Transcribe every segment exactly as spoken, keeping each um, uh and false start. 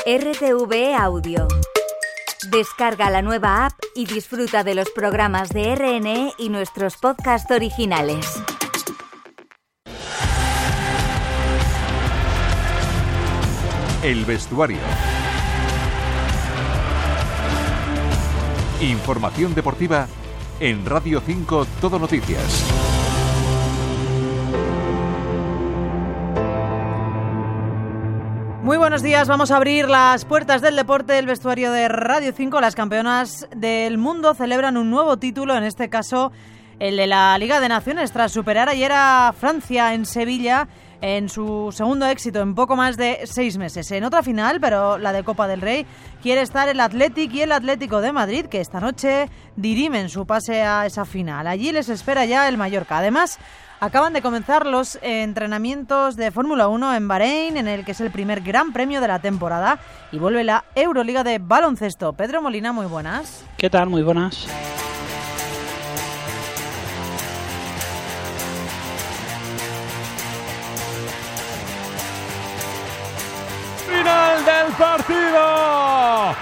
R T V E Audio. Descarga la nueva app y disfruta de los programas de R N E y nuestros podcasts originales. El vestuario. Información deportiva en Radio cinco Todo Noticias. Muy buenos días, vamos a abrir las puertas del deporte del vestuario de Radio cinco. Las campeonas del mundo celebran un nuevo título, en este caso el de la Liga de Naciones, tras superar ayer a Francia en Sevilla en su segundo éxito en poco más de seis meses. En otra final, pero la de Copa del Rey, quiere estar el Athletic y el Atlético de Madrid, que esta noche dirimen su pase a esa final. Allí les espera ya el Mallorca. Además, acaban de comenzar los entrenamientos de Fórmula uno en Bahrein, en el que es el primer gran premio de la temporada, y vuelve la Euroliga de baloncesto. Pedro Molina, muy buenas. ¿Qué tal? Muy buenas. Final del partido.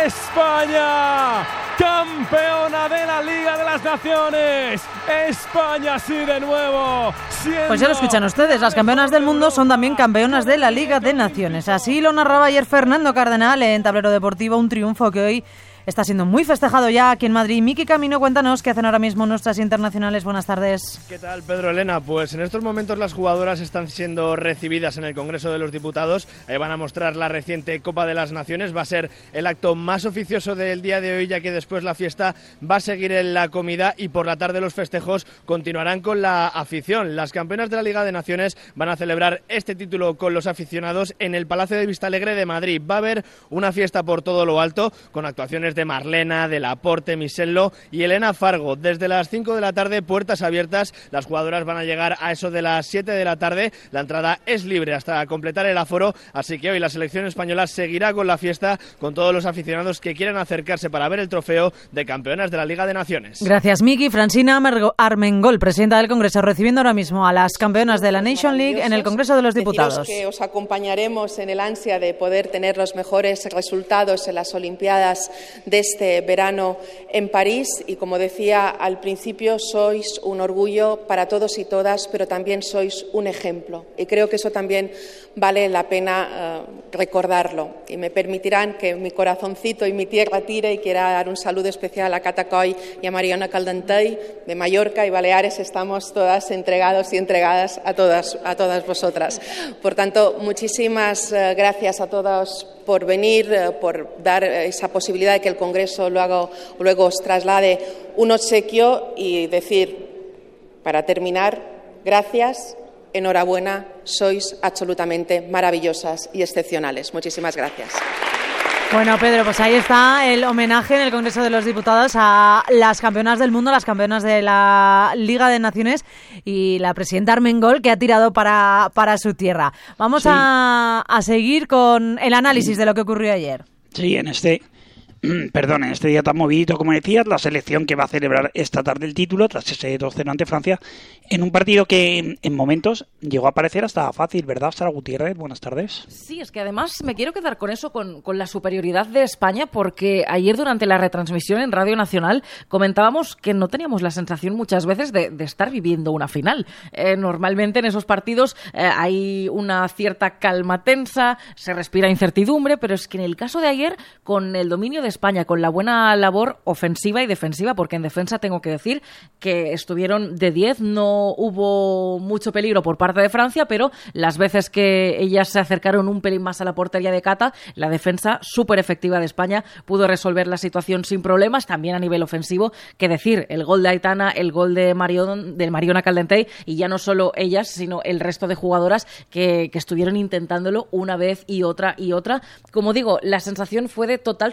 España, campeona de la Liga de las Naciones. España sí de nuevo. Pues ya lo escuchan ustedes, las campeonas del mundo son también campeonas de la Liga de Naciones. Así lo narraba ayer Fernando Cardenal en Tablero Deportivo, un triunfo que hoy está siendo muy festejado ya aquí en Madrid. Miki Camino, cuéntanos qué hacen ahora mismo nuestras internacionales. Buenas tardes. ¿Qué tal, Pedro, Elena? Pues en estos momentos las jugadoras están siendo recibidas en el Congreso de los Diputados. Ahí van a mostrar la reciente Copa de las Naciones. Va a ser el acto más oficioso del día de hoy, ya que después la fiesta va a seguir en la comida y por la tarde los festejos continuarán con la afición. Las campeonas de la Liga de Naciones van a celebrar este título con los aficionados en el Palacio de Vistalegre de Madrid. Va a haber una fiesta por todo lo alto, con actuaciones de Marlena, de Laporte, Misello y Elena Fargo. Desde las cinco de la tarde, puertas abiertas. Las jugadoras van a llegar a eso de las siete de la tarde. La entrada es libre hasta completar el aforo, así que hoy la selección española seguirá con la fiesta, con todos los aficionados que quieran acercarse para ver el trofeo de campeonas de la Liga de Naciones. Gracias, Miki. Francina Armengol, presidenta del Congreso, recibiendo ahora mismo a las campeonas de la Nation League en el Congreso de los Diputados. Deciros que os acompañaremos en el ansia de poder tener los mejores resultados en las Olimpiadas de este verano en París y, como decía al principio, sois un orgullo para todos y todas, pero también sois un ejemplo y creo que eso también vale la pena uh, recordarlo. Y me permitirán que mi corazoncito y mi tierra tire y quiera dar un saludo especial a Cata Coll y a Mariona Caldentey de Mallorca y Baleares. Estamos todas entregados y entregadas a todas, a todas vosotras. Por tanto, muchísimas uh, gracias a todos por venir, uh, por dar esa posibilidad de que el Congreso luego, luego os traslade un obsequio y decir, para terminar, gracias, enhorabuena, sois absolutamente maravillosas y excepcionales. Muchísimas gracias. Bueno, Pedro, pues ahí está el homenaje en el Congreso de los Diputados a las campeonas del mundo, las campeonas de la Liga de Naciones y la presidenta Armengol, que ha tirado para, para su tierra. Vamos sí. a, a seguir con el análisis de lo que ocurrió ayer. Sí, en este... Perdón, en este día tan movidito, como decías, la selección que va a celebrar esta tarde el título tras ese dos cero ante Francia, en un partido que en, en momentos llegó a parecer hasta fácil, ¿verdad, Sara Gutiérrez? Buenas tardes. Sí, es que además me quiero quedar con eso, con, con la superioridad de España, porque ayer durante la retransmisión en Radio Nacional comentábamos que no teníamos la sensación muchas veces de, de estar viviendo una final. Eh, normalmente en esos partidos eh, hay una cierta calma tensa, se respira incertidumbre, pero es que en el caso de ayer, con el dominio de España, con la buena labor ofensiva y defensiva, porque en defensa tengo que decir que estuvieron de diez, no hubo mucho peligro por parte de Francia, pero las veces que ellas se acercaron un pelín más a la portería de Cata, la defensa súper efectiva de España pudo resolver la situación sin problemas, también a nivel ofensivo, que decir, el gol de Aitana, el gol de, Marion, de Mariona Caldentey, y ya no solo ellas, sino el resto de jugadoras que, que estuvieron intentándolo una vez y otra y otra. Como digo, la sensación fue de total superioridad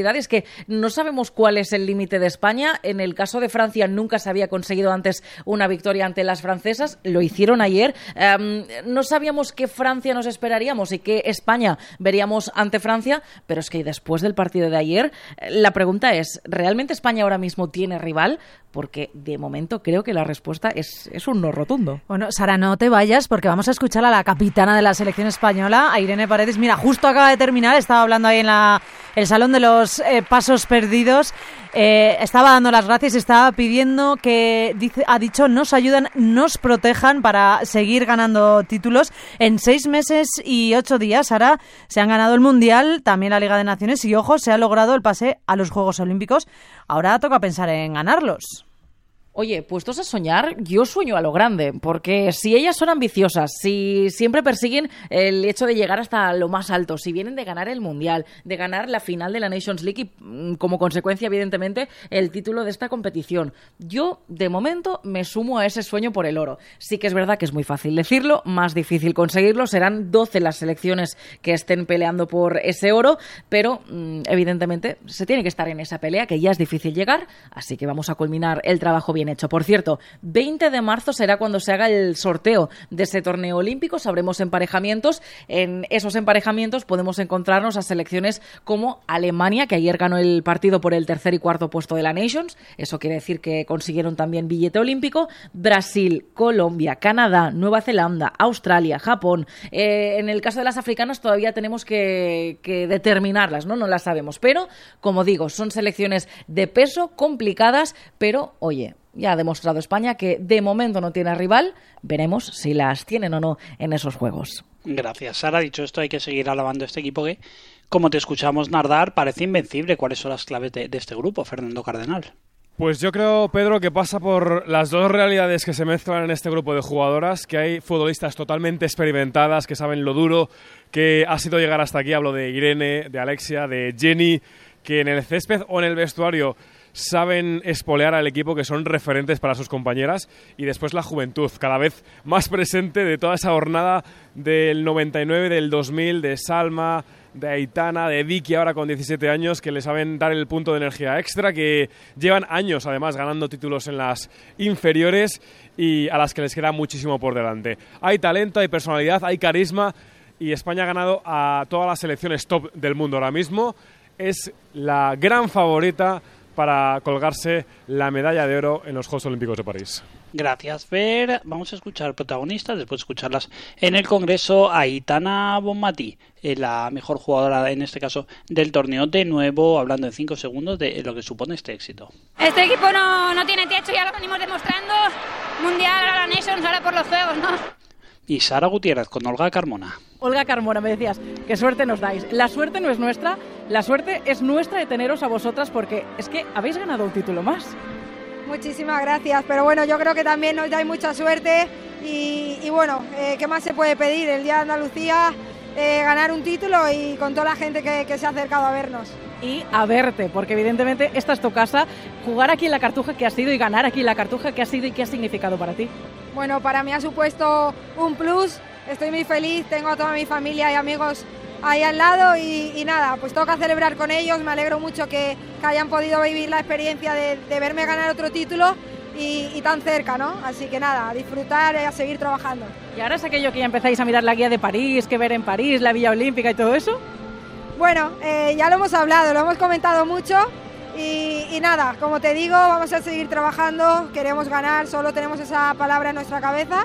curiosidad, es que no sabemos cuál es el límite de España. En el caso de Francia nunca se había conseguido antes una victoria ante las francesas, lo hicieron ayer. Um, no sabíamos qué Francia nos esperaríamos y qué España veríamos ante Francia, pero es que después del partido de ayer, la pregunta es, ¿realmente España ahora mismo tiene rival? Porque de momento creo que la respuesta es, es un no rotundo. Bueno, Sara, no te vayas porque vamos a escuchar a la capitana de la selección española, a Irene Paredes. Mira, justo acaba de terminar, estaba hablando ahí en la, el salón de los eh, pasos perdidos, eh, estaba dando las gracias, estaba pidiendo que, dice, ha dicho, nos ayudan, nos protejan para seguir ganando títulos. En seis meses y ocho días, Sara, se han ganado el Mundial, también la Liga de Naciones y, ojo, se ha logrado el pase a los Juegos Olímpicos. Ahora toca pensar en ganarlos. Oye, puestos a soñar, yo sueño a lo grande, porque si ellas son ambiciosas, si siempre persiguen el hecho de llegar hasta lo más alto, si vienen de ganar el Mundial, de ganar la final de la Nations League y, como consecuencia, evidentemente, el título de esta competición, yo, de momento, me sumo a ese sueño por el oro. Sí que es verdad que es muy fácil decirlo, más difícil conseguirlo, serán doce las selecciones que estén peleando por ese oro, pero, evidentemente, se tiene que estar en esa pelea, que ya es difícil llegar, así que vamos a culminar el trabajo bien hecho. Por cierto, veinte de marzo será cuando se haga el sorteo de ese torneo olímpico, sabremos emparejamientos. En esos emparejamientos podemos encontrarnos a selecciones como Alemania, que ayer ganó el partido por el tercer y cuarto puesto de la Nations, eso quiere decir que consiguieron también billete olímpico, Brasil, Colombia, Canadá, Nueva Zelanda, Australia, Japón. Eh, en el caso de las africanas todavía tenemos que, que determinarlas, ¿no? No las sabemos, pero, como digo, son selecciones de peso, complicadas, pero, oye, ya ha demostrado España que de momento no tiene rival. Veremos si las tienen o no en esos juegos. Gracias, Sara. Dicho esto, hay que seguir alabando a este equipo que, como te escuchamos narrar, parece invencible. ¿Cuáles son las claves de, de este grupo, Fernando Cardenal? Pues yo creo, Pedro, que pasa por las dos realidades que se mezclan en este grupo de jugadoras, que hay futbolistas totalmente experimentadas, que saben lo duro que ha sido llegar hasta aquí. Hablo de Irene, de Alexia, de Jenny, que en el césped o en el vestuario saben espolear al equipo, que son referentes para sus compañeras, y después la juventud, cada vez más presente de toda esa jornada del noventa y nueve, del dos mil, de Salma, de Aitana, de Vicky ahora con diecisiete años, que le saben dar el punto de energía extra, que llevan años además ganando títulos en las inferiores y a las que les queda muchísimo por delante. Hay talento, hay personalidad, hay carisma, y España ha ganado a todas las selecciones top del mundo ahora mismo. Es la gran favorita para colgarse la medalla de oro en los Juegos Olímpicos de París. Gracias, Fer. Vamos a escuchar protagonistas, después de escucharlas en el Congreso, a Aitana Bonmatí, la mejor jugadora en este caso del torneo, de nuevo hablando en cinco segundos de lo que supone este éxito. Este equipo no, no tiene techo, ya lo venimos demostrando. Mundial, ahora la Nations, ahora por los Juegos, ¿no? Y Sara Gutiérrez con Olga Carmona. Olga Carmona, me decías, qué suerte nos dais. La suerte no es nuestra, la suerte es nuestra de teneros a vosotras, porque es que habéis ganado un título más. Muchísimas gracias, pero bueno, yo creo que también nos dais mucha suerte y, y bueno, eh, ¿qué más se puede pedir? El Día de Andalucía, eh, ganar un título y con toda la gente que, que se ha acercado a vernos. Y a verte, porque evidentemente esta es tu casa. Jugar aquí en la Cartuja, ¿qué ha sido? Y ganar aquí en la Cartuja, ¿qué ha sido y qué ha significado para ti? Bueno, para mí ha supuesto un plus, estoy muy feliz, tengo a toda mi familia y amigos ahí al lado y, y nada, pues toca celebrar con ellos. Me alegro mucho que, que hayan podido vivir la experiencia de, de verme ganar otro título y, y tan cerca, ¿no? Así que nada, a disfrutar y a seguir trabajando. ¿Y ahora es aquello que ya empezáis a mirar la guía de París, que ver en París, la Villa Olímpica y todo eso? Bueno, eh, ya lo hemos hablado, lo hemos comentado mucho y, y nada, como te digo, vamos a seguir trabajando, queremos ganar, solo tenemos esa palabra en nuestra cabeza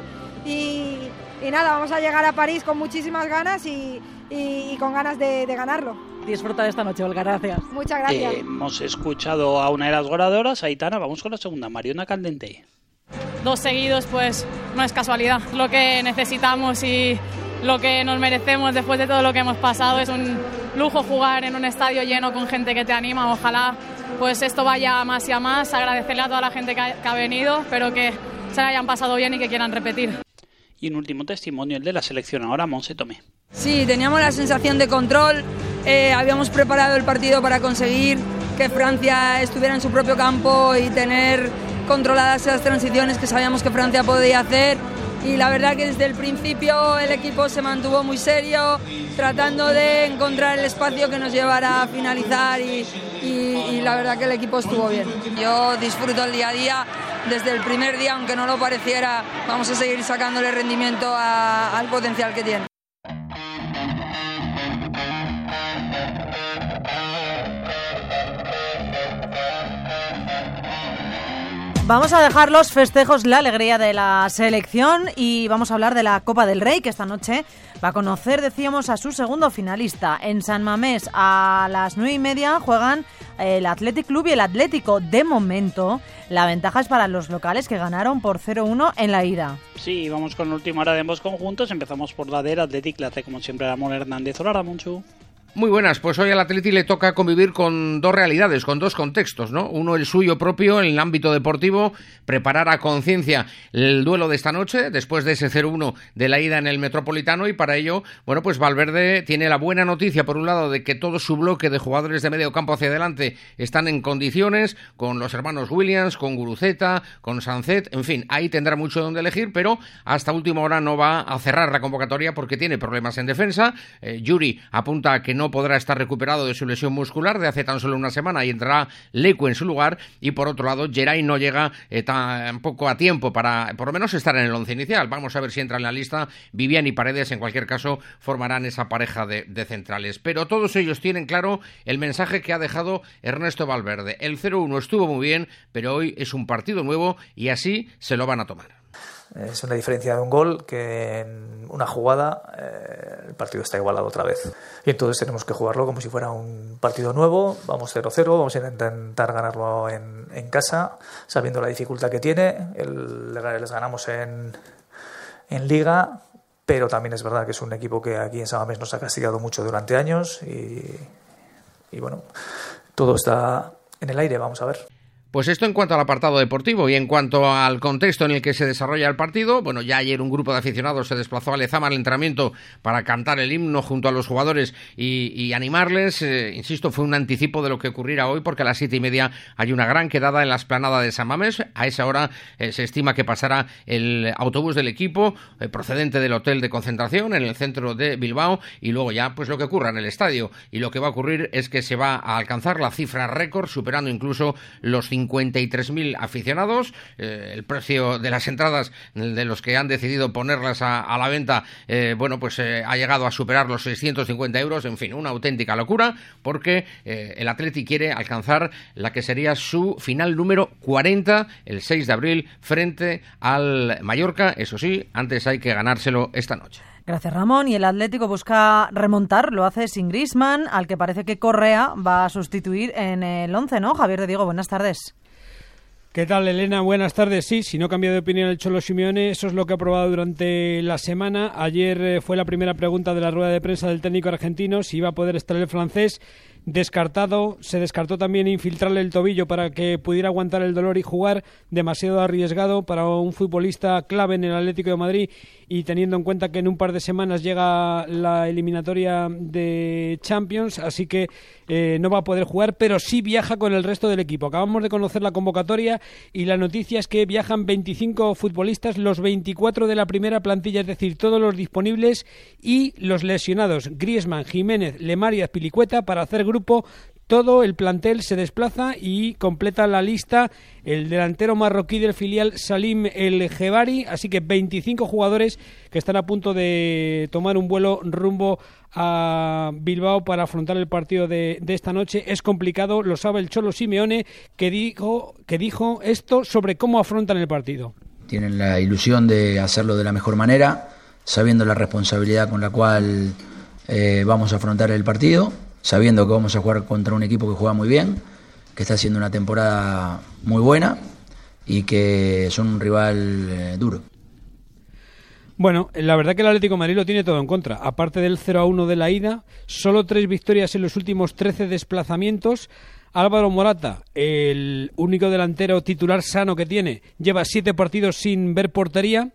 y, y nada, vamos a llegar a París con muchísimas ganas y, y, y con ganas de, de ganarlo. Disfruta de esta noche, Olga, gracias. Muchas gracias. Eh, hemos escuchado a una de las goleadoras, Aitana, vamos con la segunda, Mariona Caldentey. Dos seguidos, pues no es casualidad, lo que necesitamos y lo que nos merecemos después de todo lo que hemos pasado. Es un lujo jugar en un estadio lleno con gente que te anima. Ojalá pues esto vaya a más y a más. Agradecerle a toda la gente que ha, que ha venido, espero que se la hayan pasado bien y que quieran repetir. Y un último testimonio, el de la selección ahora, Monse Tomé. Sí, teníamos la sensación de control, eh, habíamos preparado el partido para conseguir que Francia estuviera en su propio campo y tener controladas esas transiciones que sabíamos que Francia podía hacer. Y la verdad que desde el principio el equipo se mantuvo muy serio, tratando de encontrar el espacio que nos llevara a finalizar y, y, y la verdad que el equipo estuvo bien. Yo disfruto el día a día, desde el primer día, aunque no lo pareciera, vamos a seguir sacándole rendimiento a, al potencial que tiene. Vamos a dejar los festejos, la alegría de la selección y vamos a hablar de la Copa del Rey, que esta noche va a conocer, decíamos, a su segundo finalista. En San Mamés a las nueve y media juegan el Athletic Club y el Atlético. De momento, la ventaja es para los locales, que ganaron por cero uno en la ida. Sí, vamos con la última hora de ambos conjuntos. Empezamos por la del Athletic, la hace como siempre Ramón Hernández. Hola, Ramonchu. Muy buenas, pues hoy al Atleti le toca convivir con dos realidades, con dos contextos, ¿no? Uno el suyo propio en el ámbito deportivo, preparar a conciencia el duelo de esta noche, después de ese cero uno de la ida en el Metropolitano, y para ello, bueno, pues Valverde tiene la buena noticia, por un lado, de que todo su bloque de jugadores de medio campo hacia adelante están en condiciones, con los hermanos Williams, con Guruceta, con Sancet, en fin, ahí tendrá mucho donde elegir, pero hasta última hora no va a cerrar la convocatoria porque tiene problemas en defensa. eh, Yuri apunta a que no No podrá estar recuperado de su lesión muscular de hace tan solo una semana y entrará Lecu en su lugar, y por otro lado Geray no llega eh, tampoco a tiempo para por lo menos estar en el once inicial. Vamos a ver si entra en la lista. Vivian y Paredes en cualquier caso formarán esa pareja de, de centrales, pero todos ellos tienen claro el mensaje que ha dejado Ernesto Valverde. El cero uno estuvo muy bien, pero hoy es un partido nuevo y así se lo van a tomar. Es una diferencia de un gol que en una jugada eh, el partido está igualado otra vez. Y entonces tenemos que jugarlo como si fuera un partido nuevo. Vamos cero cero, vamos a intentar ganarlo en, en casa, sabiendo la dificultad que tiene. El, les ganamos en, en Liga, pero también es verdad que es un equipo que aquí en San Mamés nos ha castigado mucho durante años. Y, y bueno, todo está en el aire, vamos a ver. Pues esto en cuanto al apartado deportivo, y en cuanto al contexto en el que se desarrolla el partido, bueno, ya ayer un grupo de aficionados se desplazó a Lezama al entrenamiento para cantar el himno junto a los jugadores y, y animarles. Eh, insisto, fue un anticipo de lo que ocurrirá hoy, porque a las siete y media hay una gran quedada en la explanada de San Mamés. A esa hora eh, se estima que pasará el autobús del equipo eh, procedente del hotel de concentración en el centro de Bilbao, y luego ya pues lo que ocurra en el estadio. Y lo que va a ocurrir es que se va a alcanzar la cifra récord, superando incluso los cincuenta y tres mil aficionados. Eh, el precio de las entradas de los que han decidido ponerlas a, a la venta, eh, bueno, pues eh, ha llegado a superar los seiscientos cincuenta euros. En fin, una auténtica locura, porque eh, el Atleti quiere alcanzar la que sería su final número cuarenta el seis de abril frente al Mallorca. Eso sí, antes hay que ganárselo esta noche. Gracias, Ramón. Y el Atlético busca remontar, lo hace sin Griezmann, al que parece que Correa va a sustituir en el once, ¿no? Javier de Diego, buenas tardes. ¿Qué tal, Elena? Buenas tardes. Sí, si no cambia de opinión el Cholo Simeone, eso es lo que ha probado durante la semana. Ayer eh, fue la primera pregunta de la rueda de prensa del técnico argentino, si iba a poder estar el francés. Descartado, se descartó también infiltrarle el tobillo para que pudiera aguantar el dolor y jugar, demasiado arriesgado para un futbolista clave en el Atlético de Madrid, y teniendo en cuenta que en un par de semanas llega la eliminatoria de Champions, así que eh, no va a poder jugar, pero sí viaja con el resto del equipo. Acabamos de conocer la convocatoria y la noticia es que viajan veinticinco futbolistas, los veinticuatro de la primera plantilla, es decir, todos los disponibles y los lesionados, Griezmann, Jiménez, Lemar y Azpilicueta, para hacer grupo. Todo el plantel se desplaza y completa la lista el delantero marroquí del filial Salim El Jebari, así que veinticinco jugadores que están a punto de tomar un vuelo rumbo a Bilbao para afrontar el partido de, de esta noche. Es complicado, lo sabe el Cholo Simeone, que dijo, que dijo esto sobre cómo afrontan el partido. Tienen la ilusión de hacerlo de la mejor manera, sabiendo la responsabilidad con la cual eh, vamos a afrontar el partido, sabiendo que vamos a jugar contra un equipo que juega muy bien, que está haciendo una temporada muy buena y que son un rival eh, duro. Bueno, la verdad que el Atlético de Madrid lo tiene todo en contra. Aparte del cero a uno de la ida, solo tres victorias en los últimos trece desplazamientos. Álvaro Morata, el único delantero titular sano que tiene, lleva siete partidos sin ver portería.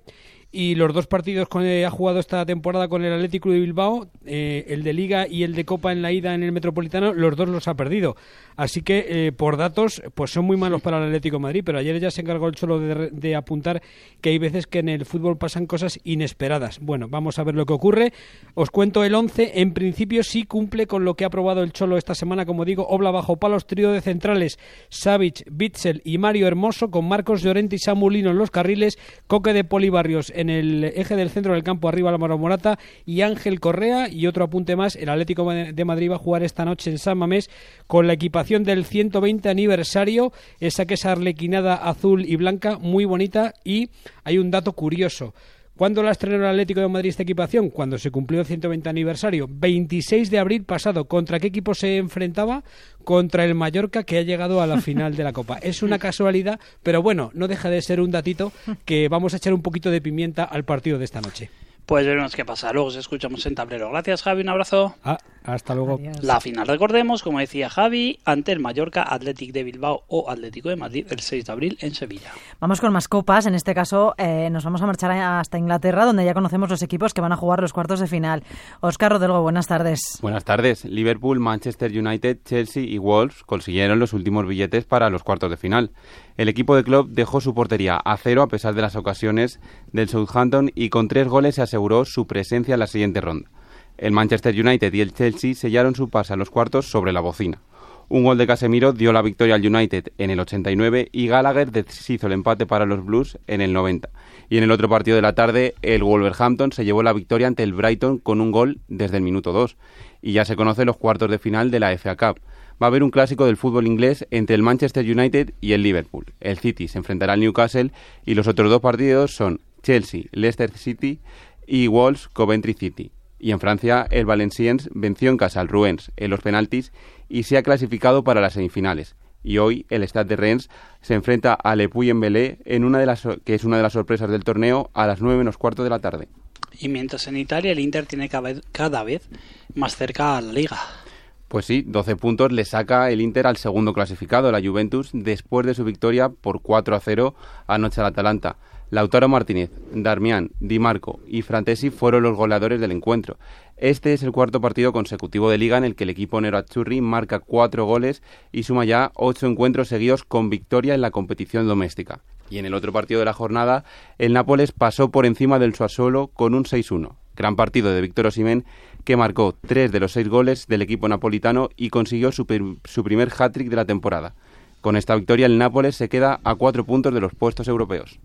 y los dos partidos que ha jugado esta temporada con el Athletic Club de Bilbao, eh, el de Liga y el de Copa en la ida en el Metropolitano, los dos los ha perdido. Así que, eh, por datos, pues son muy malos para el Atlético de Madrid, pero ayer ya se encargó el Cholo de, de apuntar que hay veces que en el fútbol pasan cosas inesperadas. Bueno, vamos a ver lo que ocurre. Os cuento el once. En principio sí cumple con lo que ha aprobado el Cholo esta semana, como digo, Obla bajo palos, trío de centrales, Savic, Bitzel y Mario Hermoso, con Marcos Llorente y Samu Lino en los carriles, Coque de Poli Barrios en el eje del centro del campo, arriba Álvaro Morata y Ángel Correa. Y otro apunte más, el Atlético de Madrid va a jugar esta noche en San Mamés con la equipación del ciento veinte aniversario, esa que es arlequinada azul y blanca, muy bonita. Y hay un dato curioso: ¿cuándo la estrenó el Atlético de Madrid esta equipación? Cuando se cumplió el ciento veinte aniversario, veintiséis de abril pasado. ¿Contra qué equipo se enfrentaba? Contra el Mallorca, que ha llegado a la final de la Copa. Es una casualidad, pero bueno, no deja de ser un datito que vamos a echar un poquito de pimienta al partido de esta noche. Pues veremos qué pasa. Luego os escuchamos en tablero. Gracias, Javi. Un abrazo. Ah, hasta luego. Adiós. La final, recordemos, como decía Javi, ante el Mallorca, Athletic de Bilbao o Atlético de Madrid el seis de abril en Sevilla. Vamos con más copas. En este caso eh, nos vamos a marchar hasta Inglaterra, donde ya conocemos los equipos que van a jugar los cuartos de final. Óscar Rodelgo, buenas tardes. Buenas tardes. Liverpool, Manchester United, Chelsea y Wolves consiguieron los últimos billetes para los cuartos de final. El equipo de Klopp dejó su portería a cero a pesar de las ocasiones del Southampton y con tres goles se aseguró su presencia en la siguiente ronda. El Manchester United y el Chelsea sellaron su pase a los cuartos sobre la bocina. Un gol de Casemiro dio la victoria al United en el ochenta y nueve y Gallagher deshizo el empate para los Blues en el noventa. Y en el otro partido de la tarde, el Wolverhampton se llevó la victoria ante el Brighton con un gol desde el minuto dos. Y ya se conocen los cuartos de final de la F A Cup. Va a haber un clásico del fútbol inglés entre el Manchester United y el Liverpool. El City se enfrentará al Newcastle y los otros dos partidos son Chelsea, Leicester City y Wolves, Coventry City. Y en Francia, el Valenciennes venció en casa al Rouen en los penaltis y se ha clasificado para las semifinales. Y hoy el Stade de Reims se enfrenta al Le Puy-en-Velay, en una de las, que es una de las sorpresas del torneo, a las nueve menos cuarto de la tarde. Y mientras en Italia el Inter tiene cada vez, cada vez más cerca a la Liga. Pues sí, doce puntos le saca el Inter al segundo clasificado, la Juventus, después de su victoria por cuatro a cero anoche al Atalanta. Lautaro Martínez, Darmian, Di Marco y Frattesi fueron los goleadores del encuentro. Este es el cuarto partido consecutivo de Liga en el que el equipo nerazzurri marca cuatro goles y suma ya ocho encuentros seguidos con victoria en la competición doméstica. Y en el otro partido de la jornada, el Nápoles pasó por encima del Sassuolo con un seis uno. Gran partido de Víctor Osimhen, que marcó tres de los seis goles del equipo napolitano y consiguió su, su primer hat-trick de la temporada. Con esta victoria, el Nápoles se queda a cuatro puntos de los puestos europeos.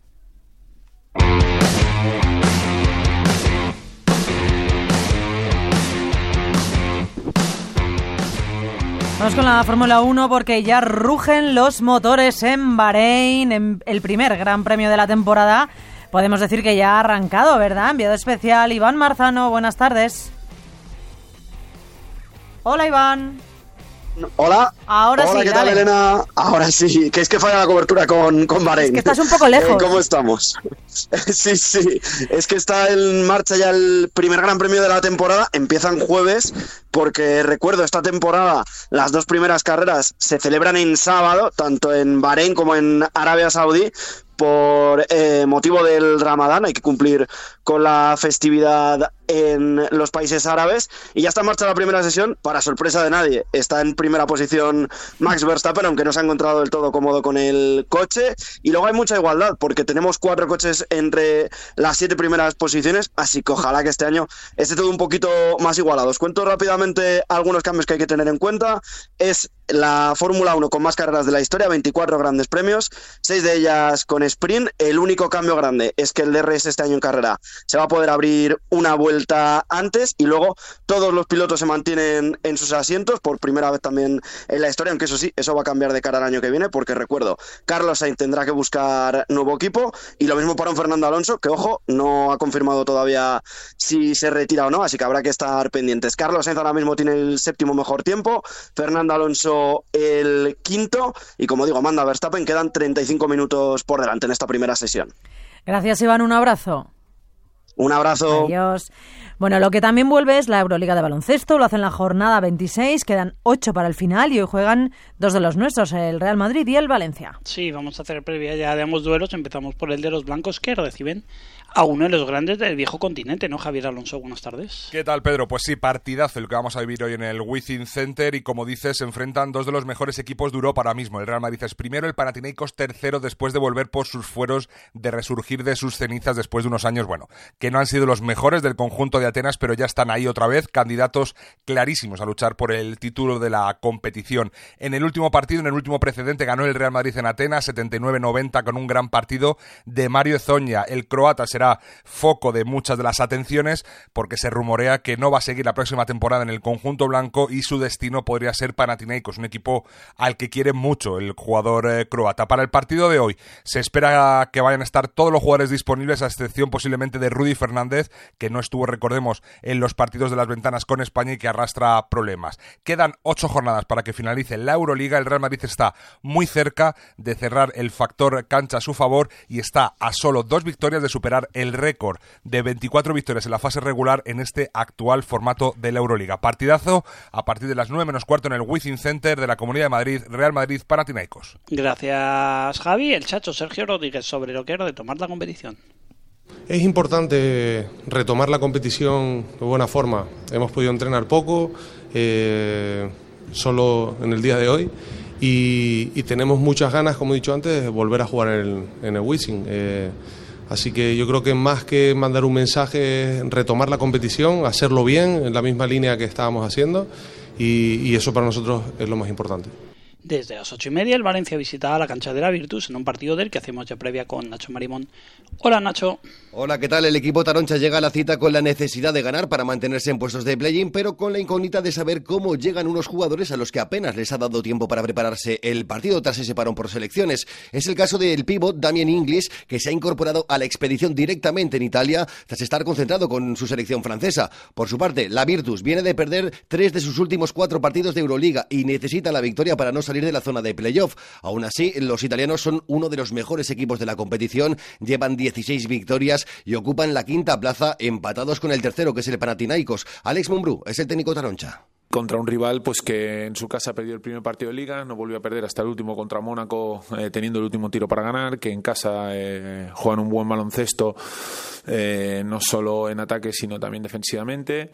Vamos con la Fórmula uno porque ya rugen los motores en Bahrein, en el primer gran premio de la temporada. Podemos decir que ya ha arrancado, ¿verdad? Enviado especial Iván Marzano, buenas tardes. Hola, Iván. Hola. Ahora Hola, sí, ¿qué dale. tal, Elena? Ahora sí, que es que falla la cobertura con, con Bahrein. Es que estás un poco lejos. Eh, ¿Cómo estamos? sí, sí, es que está en marcha ya el primer gran premio de la temporada, empiezan jueves, porque recuerdo, esta temporada las dos primeras carreras se celebran en sábado, tanto en Bahrein como en Arabia Saudí, por eh, motivo del Ramadán, hay que cumplir con la festividad en los países árabes, y ya está en marcha la primera sesión, para sorpresa de nadie. Está en primera posición Max Verstappen, aunque no se ha encontrado del todo cómodo con el coche, y luego hay mucha igualdad, porque tenemos cuatro coches entre las siete primeras posiciones, así que ojalá que este año esté todo un poquito más igualado. Os cuento rápidamente algunos cambios que hay que tener en cuenta. Es la Fórmula uno con más carreras de la historia, veinticuatro grandes premios, seis de ellas con sprint. El único cambio grande es que el D R S este año en carrera se va a poder abrir una vuelta antes, y luego todos los pilotos se mantienen en sus asientos por primera vez también en la historia, aunque eso sí, eso va a cambiar de cara al año que viene, porque recuerdo, Carlos Sainz tendrá que buscar nuevo equipo, y lo mismo para un Fernando Alonso, que ojo, no ha confirmado todavía si se retira o no, así que habrá que estar pendientes. Carlos Sainz ahora mismo tiene el séptimo mejor tiempo, Fernando Alonso el quinto, y como digo, Amanda Verstappen, quedan treinta y cinco minutos por delante en esta primera sesión. Gracias, Iván, un abrazo. Un abrazo. Adiós. Bueno, lo que también vuelve es la Euroliga de baloncesto, lo hacen la jornada veintiséis, quedan ocho para el final y hoy juegan dos de los nuestros, el Real Madrid y el Valencia. Sí, vamos a hacer previa ya de ambos duelos. Empezamos por el de los blancos, que reciben a uno de los grandes del viejo continente, ¿no, Javier Alonso? Buenas tardes. ¿Qué tal, Pedro? Pues sí, partidazo el que vamos a vivir hoy en el Withing Center y, como dices, se enfrentan dos de los mejores equipos de Europa ahora mismo. El Real Madrid es primero, el Panathinaikos tercero, después de volver por sus fueros, de resurgir de sus cenizas después de unos años, bueno, que no han sido los mejores del conjunto de Atenas, pero ya están ahí otra vez, candidatos clarísimos a luchar por el título de la competición. En el último partido, en el último precedente, ganó el Real Madrid en Atenas, setenta y nueve noventa, con un gran partido de Mario Hezonja. El croata será foco de muchas de las atenciones porque se rumorea que no va a seguir la próxima temporada en el conjunto blanco y su destino podría ser Panathinaikos, un equipo al que quiere mucho el jugador eh, croata. Para el partido de hoy se espera que vayan a estar todos los jugadores disponibles, a excepción posiblemente de Rudy Fernández, que no estuvo, recordemos, en los partidos de las ventanas con España y que arrastra problemas. Quedan ocho jornadas para que finalice la Euroliga. El Real Madrid está muy cerca de cerrar el factor cancha a su favor y está a solo dos victorias de superar el récord de veinticuatro victorias en la fase regular en este actual formato de la Euroliga. Partidazo a partir de las nueve menos cuarto en el Withing Center de la Comunidad de Madrid, Real Madrid Panathinaikos. Gracias, Javi. El chacho Sergio Rodríguez sobre lo que era de tomar la competición. Es importante retomar la competición de buena forma. Hemos podido entrenar poco, eh, solo en el día de hoy, y, y tenemos muchas ganas, como he dicho antes, de volver a jugar en el, en el Withing. Eh, Así que yo creo que más que mandar un mensaje, retomar la competición, hacerlo bien, en la misma línea que estábamos haciendo, y, y eso para nosotros es lo más importante. Desde las ocho y media, el Valencia visitaba la cancha de la Virtus en un partido del que hacemos ya previa con Nacho Marimón. Hola, Nacho. Hola, ¿qué tal? El equipo taroncha llega a la cita con la necesidad de ganar para mantenerse en puestos de play-in, pero con la incógnita de saber cómo llegan unos jugadores a los que apenas les ha dado tiempo para prepararse el partido tras ese parón por selecciones. Es el caso del pívot Damien Inglis, que se ha incorporado a la expedición directamente en Italia tras estar concentrado con su selección francesa. Por su parte, la Virtus viene de perder tres de sus últimos cuatro partidos de Euroliga y necesita la victoria para no salir de la zona de playoff. Aún así, los italianos son uno de los mejores equipos de la competición, llevan dieciséis victorias y ocupan la quinta plaza, empatados con el tercero, que es el Panathinaikos. Alex Mumbrú es el técnico taroncha. Contra un rival pues que en su casa perdió el primer partido de Liga, no volvió a perder hasta el último contra Mónaco, eh, teniendo el último tiro para ganar, que en casa eh, juegan un buen baloncesto, eh, no solo en ataque sino también defensivamente,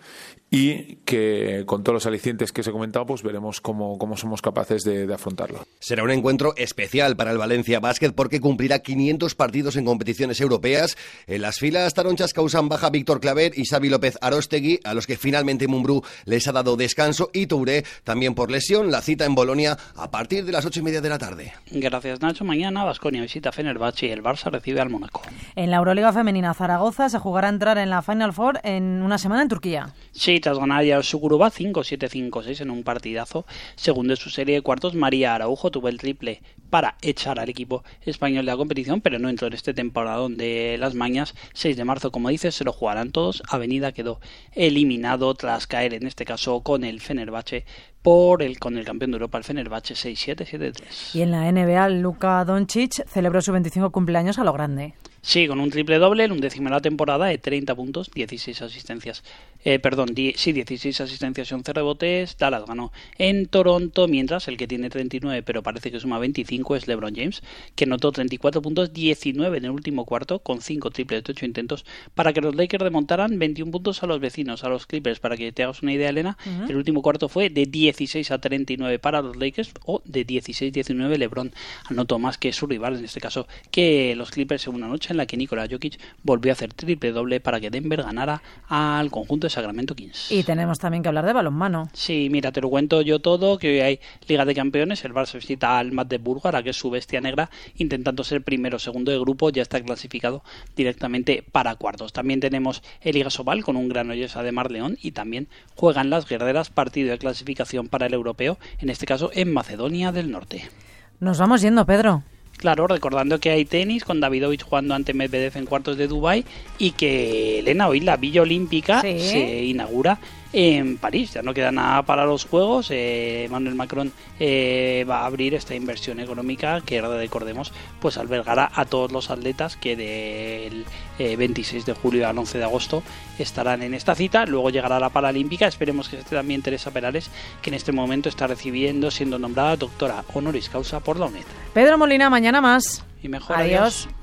y que con todos los alicientes que os he comentado pues veremos cómo, cómo somos capaces de, de afrontarlo. Será un encuentro especial para el Valencia Basket porque cumplirá quinientos partidos en competiciones europeas. En las filas taronchas causan baja Víctor Claver y Xavi López Aróstegui, a los que finalmente Mumbrú les ha dado descanso, y Touré también por lesión. La cita en Bolonia a partir de las ocho y media de la tarde. Gracias, Nacho. Mañana Baskonia visita Fenerbahce y el Barça recibe al Mónaco. En la Euroliga femenina, Zaragoza se jugará a entrar en la Final Four en una semana en Turquía. Sí, tras ganar ya el Sukuruba cinco siete cinco seis en un partidazo. Segundo de su serie de cuartos, María Araujo tuvo el triple para echar al equipo español de la competición, pero no entró en este temporadón de las mañas. seis de marzo, como dices, se lo jugarán todos. Avenida quedó eliminado tras caer, en este caso, con el Fenerbahce por el con el campeón de Europa, el Fenerbahce, seis siete siete tres. Y en la N B A, Luka Doncic celebró su veinticinco cumpleaños a lo grande. Sí, con un triple doble, el undécimo de la temporada, de treinta puntos, dieciséis asistencias. Eh, perdón, die, sí, dieciséis asistencias y once rebotes. Dallas ganó en Toronto, mientras el que tiene treinta y nueve, pero parece que suma veinticinco, es LeBron James, que anotó treinta y cuatro puntos, diecinueve en el último cuarto, con cinco triples de ocho intentos, para que los Lakers remontaran veintiún puntos a los vecinos, a los Clippers. Para que te hagas una idea, Elena, uh-huh. El último cuarto fue de dieciséis a treinta y nueve para los Lakers, o de dieciséis diecinueve. LeBron anotó más que su rival, en este caso, que los Clippers, en una noche en la que Nikola Jokic volvió a hacer triple doble para que Denver ganara al conjunto de Sacramento Kings. Y tenemos también que hablar de balonmano. Sí, mira, te lo cuento yo todo, que hoy hay Liga de Campeones, el Barça visita al Magdeburgo, a la que es su bestia negra, intentando ser primero o segundo de grupo, ya está clasificado directamente para cuartos. También tenemos el Liga Sobal con un Granollers de Mar León, y también juegan las guerreras, partido de clasificación para el europeo, en este caso en Macedonia del Norte. Nos vamos yendo, Pedro. Claro, recordando que hay tenis con Davidovich jugando ante Medvedev en cuartos de Dubái, y que, Elena, hoy la Villa Olímpica ¿Sí? se inaugura en París. Ya no queda nada para los Juegos. eh, Emmanuel Macron eh, va a abrir esta inversión económica que, recordemos, pues albergará a todos los atletas que del eh, veintiséis de julio al once de agosto estarán en esta cita. Luego llegará la Paralímpica. Esperemos que esté también Teresa Perales, que en este momento está recibiendo, siendo nombrada doctora honoris causa por la UNED. Pedro Molina, mañana más. Y mejor. Adiós. Adiós.